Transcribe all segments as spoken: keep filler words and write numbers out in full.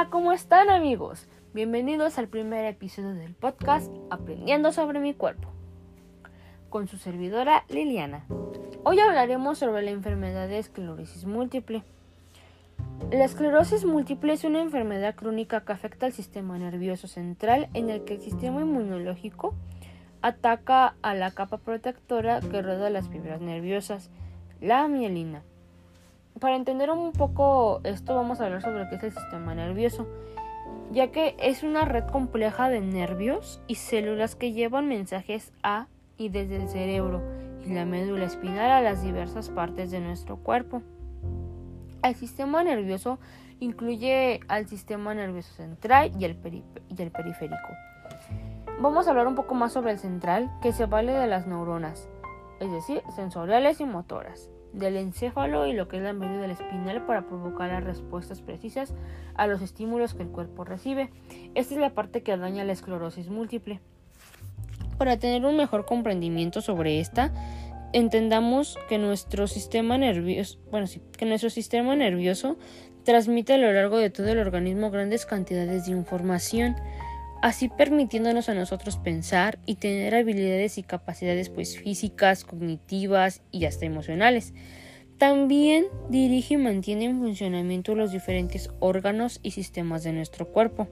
¿cómo están, amigos? Bienvenidos al primer episodio del podcast Aprendiendo sobre mi cuerpo, con su servidora Liliana. Hoy hablaremos sobre la enfermedad de esclerosis múltiple. La esclerosis múltiple es una enfermedad crónica que afecta al sistema nervioso central, en el que el sistema inmunológico ataca a la capa protectora que rodea las fibras nerviosas, la mielina. Para entender un poco esto, vamos a hablar sobre qué es el sistema nervioso, ya que es una red compleja de nervios y células que llevan mensajes a y desde el cerebro y la médula espinal a las diversas partes de nuestro cuerpo. El sistema nervioso incluye al sistema nervioso central y el, peri- y el periférico. Vamos a hablar un poco más sobre el central, que se vale de las neuronas, es decir, sensoriales y motoras, del encéfalo y lo que es la médula espinal para provocar las respuestas precisas a los estímulos que el cuerpo recibe. Esta es la parte que daña la esclerosis múltiple. Para tener un mejor comprendimiento sobre esta, entendamos que nuestro sistema nervioso, bueno, sí, que nuestro sistema nervioso transmite a lo largo de todo el organismo grandes cantidades de información, así permitiéndonos a nosotros pensar y tener habilidades y capacidades pues físicas, cognitivas y hasta emocionales. También dirige y mantiene en funcionamiento los diferentes órganos y sistemas de nuestro cuerpo.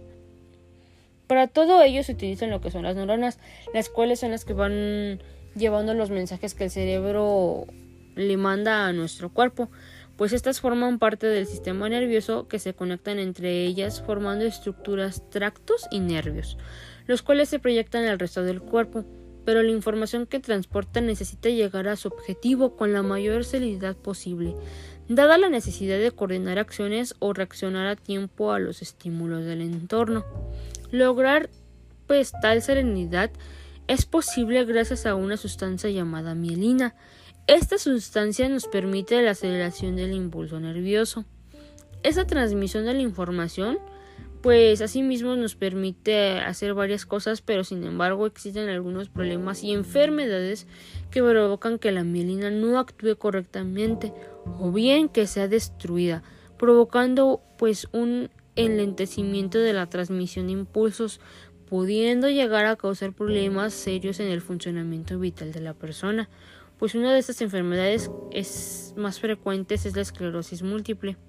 Para todo ello se utilizan lo que son las neuronas, las cuales son las que van llevando los mensajes que el cerebro le manda a nuestro cuerpo, pues estas forman parte del sistema nervioso que se conectan entre ellas formando estructuras, tractos y nervios, los cuales se proyectan al resto del cuerpo, pero la información que transportan necesita llegar a su objetivo con la mayor celeridad posible, dada la necesidad de coordinar acciones o reaccionar a tiempo a los estímulos del entorno. Lograr pues tal serenidad es posible gracias a una sustancia llamada mielina. Esta sustancia nos permite la aceleración del impulso nervioso. Esta transmisión de la información, pues asimismo nos permite hacer varias cosas, pero sin embargo existen algunos problemas y enfermedades que provocan que la mielina no actúe correctamente o bien que sea destruida, provocando pues un enlentecimiento de la transmisión de impulsos, pudiendo llegar a causar problemas serios en el funcionamiento vital de la persona. Pues una de estas enfermedades es más frecuentes es la esclerosis múltiple,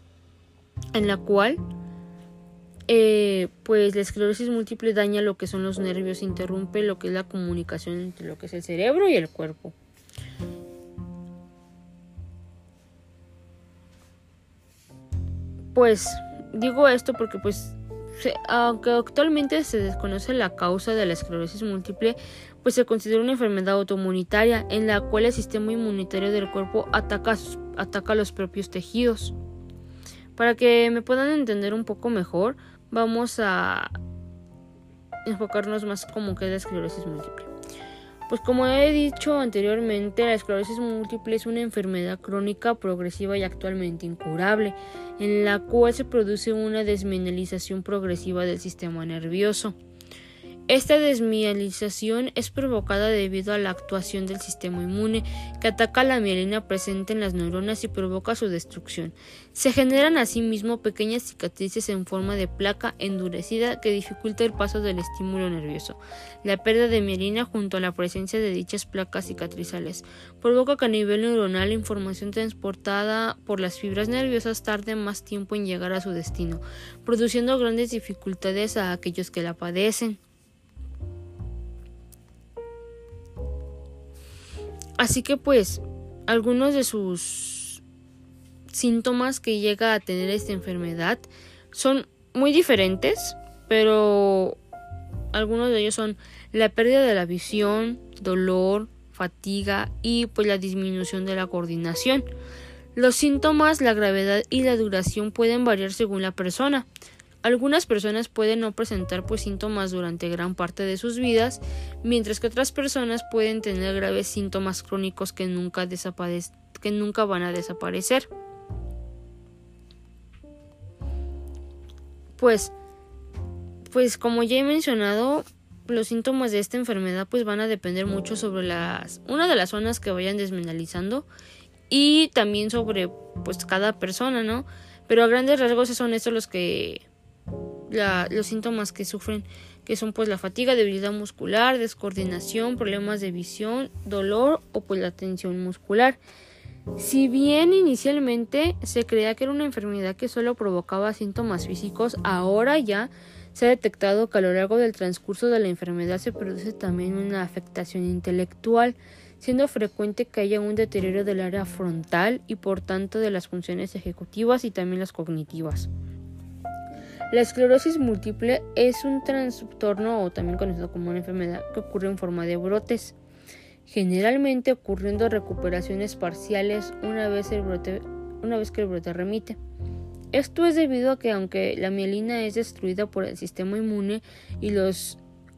en la cual eh, pues la esclerosis múltiple daña lo que son los nervios, interrumpe lo que es la comunicación entre lo que es el cerebro y el cuerpo. Pues digo esto porque pues Se, aunque actualmente se desconoce la causa de la esclerosis múltiple, pues se considera una enfermedad autoinmunitaria en la cual el sistema inmunitario del cuerpo ataca, ataca los propios tejidos. Para que me puedan entender un poco mejor, vamos a enfocarnos más como que es la esclerosis múltiple. Pues como he dicho anteriormente, la esclerosis múltiple es una enfermedad crónica, progresiva y actualmente incurable, en la cual se produce una desmielinización progresiva del sistema nervioso. Esta desmielinización es provocada debido a la actuación del sistema inmune que ataca la mielina presente en las neuronas y provoca su destrucción. Se generan asimismo pequeñas cicatrices en forma de placa endurecida que dificulta el paso del estímulo nervioso. La pérdida de mielina junto a la presencia de dichas placas cicatrizales provoca que a nivel neuronal la información transportada por las fibras nerviosas tarde más tiempo en llegar a su destino, produciendo grandes dificultades a aquellos que la padecen. Así que pues algunos de sus síntomas que llega a tener esta enfermedad son muy diferentes, pero algunos de ellos son la pérdida de la visión, dolor, fatiga y pues la disminución de la coordinación. Los síntomas, la gravedad y la duración pueden variar según la persona. Algunas personas pueden no presentar pues síntomas durante gran parte de sus vidas, mientras que otras personas pueden tener graves síntomas crónicos que nunca, desapare- que nunca van a desaparecer. Pues, pues como ya he mencionado, los síntomas de esta enfermedad pues van a depender mucho sobre las, una de las zonas que vayan desmineralizando y también sobre pues cada persona, ¿no? Pero a grandes rasgos son estos los que la, los síntomas que sufren, que son pues la fatiga, debilidad muscular, descoordinación, problemas de visión, dolor o pues la tensión muscular. Si bien inicialmente se creía que era una enfermedad que solo provocaba síntomas físicos, ahora ya se ha detectado que a lo largo del transcurso de la enfermedad se produce también una afectación intelectual, siendo frecuente que haya un deterioro del área frontal y por tanto de las funciones ejecutivas y también las cognitivas. La esclerosis múltiple es un trastorno o también conocido como una enfermedad que ocurre en forma de brotes, generalmente ocurriendo recuperaciones parciales una vez, el brote, una vez que el brote remite. Esto es debido a que aunque la mielina es destruida por el sistema inmune y los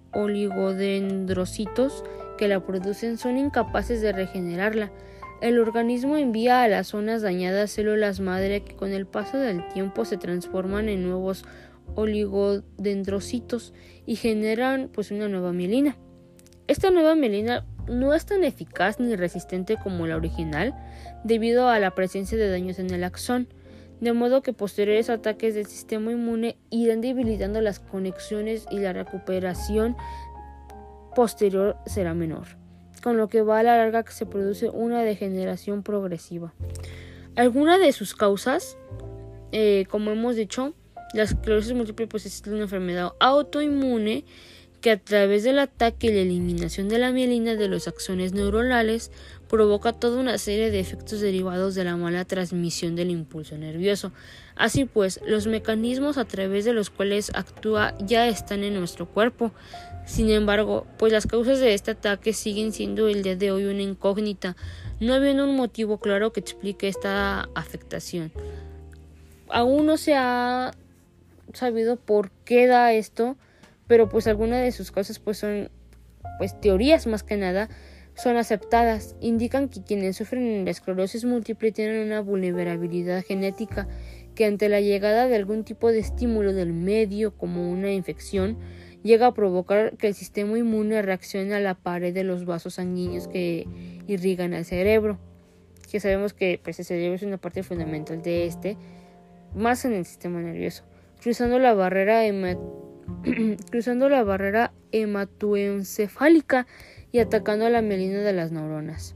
oligodendrocitos que la producen son incapaces de regenerarla, el organismo envía a las zonas dañadas células madre que con el paso del tiempo se transforman en nuevos oligodendrocitos y generan pues una nueva mielina. Esta nueva mielina no es tan eficaz ni resistente como la original debido a la presencia de daños en el axón, de modo que posteriores ataques del sistema inmune irán debilitando las conexiones y la recuperación posterior será menor, con lo que va a la larga que se produce una degeneración progresiva. Algunas de sus causas, eh, como hemos dicho, la esclerosis múltiple pues, es una enfermedad autoinmune que a través del ataque y la eliminación de la mielina de los axones neuronales provoca toda una serie de efectos derivados de la mala transmisión del impulso nervioso. Así pues, los mecanismos a través de los cuales actúa ya están en nuestro cuerpo. Sin embargo, pues las causas de este ataque siguen siendo el día de hoy una incógnita, no habiendo un motivo claro que explique esta afectación. Aún no se ha sabido por qué da esto, pero pues algunas de sus causas pues son pues teorías más que nada son aceptadas. Indican que quienes sufren de esclerosis múltiple tienen una vulnerabilidad genética que ante la llegada de algún tipo de estímulo del medio como una infección llega a provocar que el sistema inmune reaccione a la pared de los vasos sanguíneos que irrigan al cerebro, que sabemos que pues, el cerebro es una parte fundamental de este, más en el sistema nervioso, cruzando la barrera hemat- cruzando la barrera hematoencefálica y atacando a la mielina de las neuronas.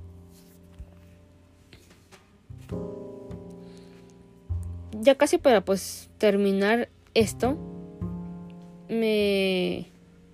Ya casi para pues terminar esto, me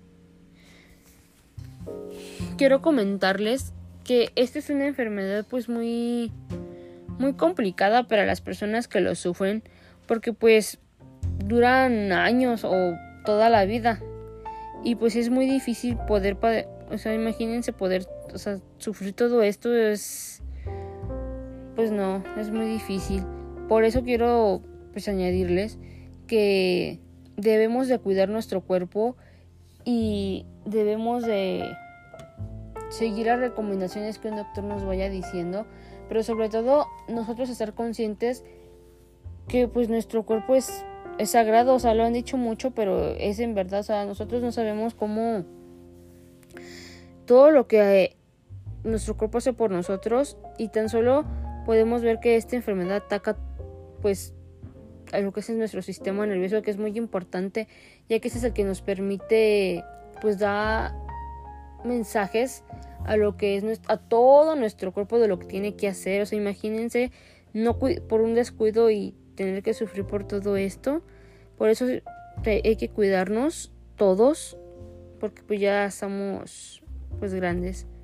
quiero comentarles que esta es una enfermedad pues muy muy complicada para las personas que lo sufren, porque pues duran años o toda la vida y pues es muy difícil poder pade- o sea, imagínense poder, o sea, sufrir todo esto es pues no, es muy difícil. Por eso quiero pues añadirles que debemos de cuidar nuestro cuerpo y debemos de seguir las recomendaciones que un doctor nos vaya diciendo, pero sobre todo nosotros estar conscientes que pues nuestro cuerpo es, es sagrado, o sea, lo han dicho mucho, pero es en verdad, o sea, nosotros no sabemos cómo todo lo que eh, nuestro cuerpo hace por nosotros y tan solo podemos ver que esta enfermedad ataca pues a lo que es nuestro sistema nervioso, que es muy importante, ya que ese es el que nos permite pues dar mensajes a lo que es nuestro, a todo nuestro cuerpo de lo que tiene que hacer. O sea, imagínense no cu- por un descuido y tener que sufrir por todo esto. Por eso hay que cuidarnos todos, porque pues ya estamos pues grandes.